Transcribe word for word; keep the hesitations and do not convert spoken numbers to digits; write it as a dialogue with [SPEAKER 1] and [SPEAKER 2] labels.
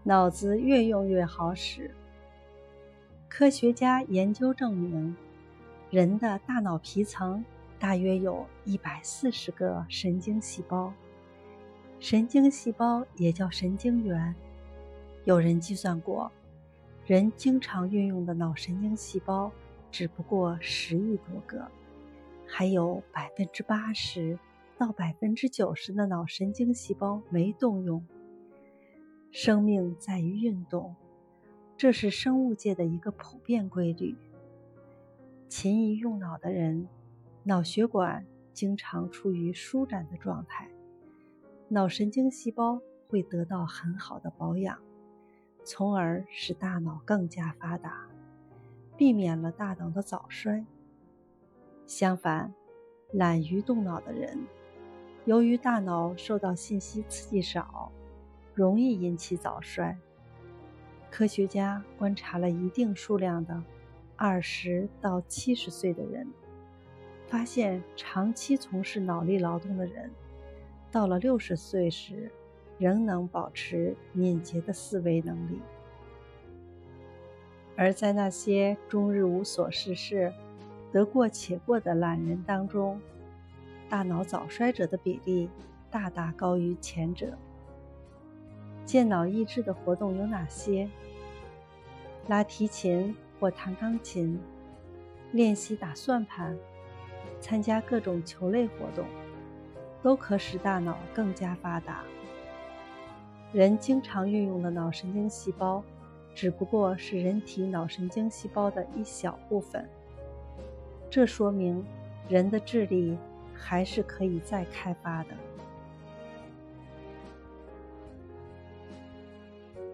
[SPEAKER 1] 脑子越用越好使。科学家研究证明，人的大脑皮层大约有一百四十个神经细胞，神经细胞也叫神经元。有人计算过，人经常运用的脑神经细胞只不过十亿多个，还有百分之八十到百分之九十的脑神经细胞没动用。生命在于运动，这是生物界的一个普遍规律。勤于用脑的人，脑血管经常处于舒展的状态，脑神经细胞会得到很好的保养，从而使大脑更加发达，避免了大脑的早衰。相反，懒于动脑的人，由于大脑受到信息刺激少，容易引起早衰。科学家观察了一定数量的二十到七十岁的人，发现长期从事脑力劳动的人，到了六十岁时，仍能保持敏捷的思维能力。而在那些终日无所事事、得过且过的懒人当中，大脑早衰者的比例大大高于前者。健脑益智的活动有哪些？拉提琴或弹钢琴，练习打算盘，参加各种球类活动，都可使大脑更加发达。人经常运用的脑神经细胞只不过是人体脑神经细胞的一小部分，这说明人的智力还是可以再开发的。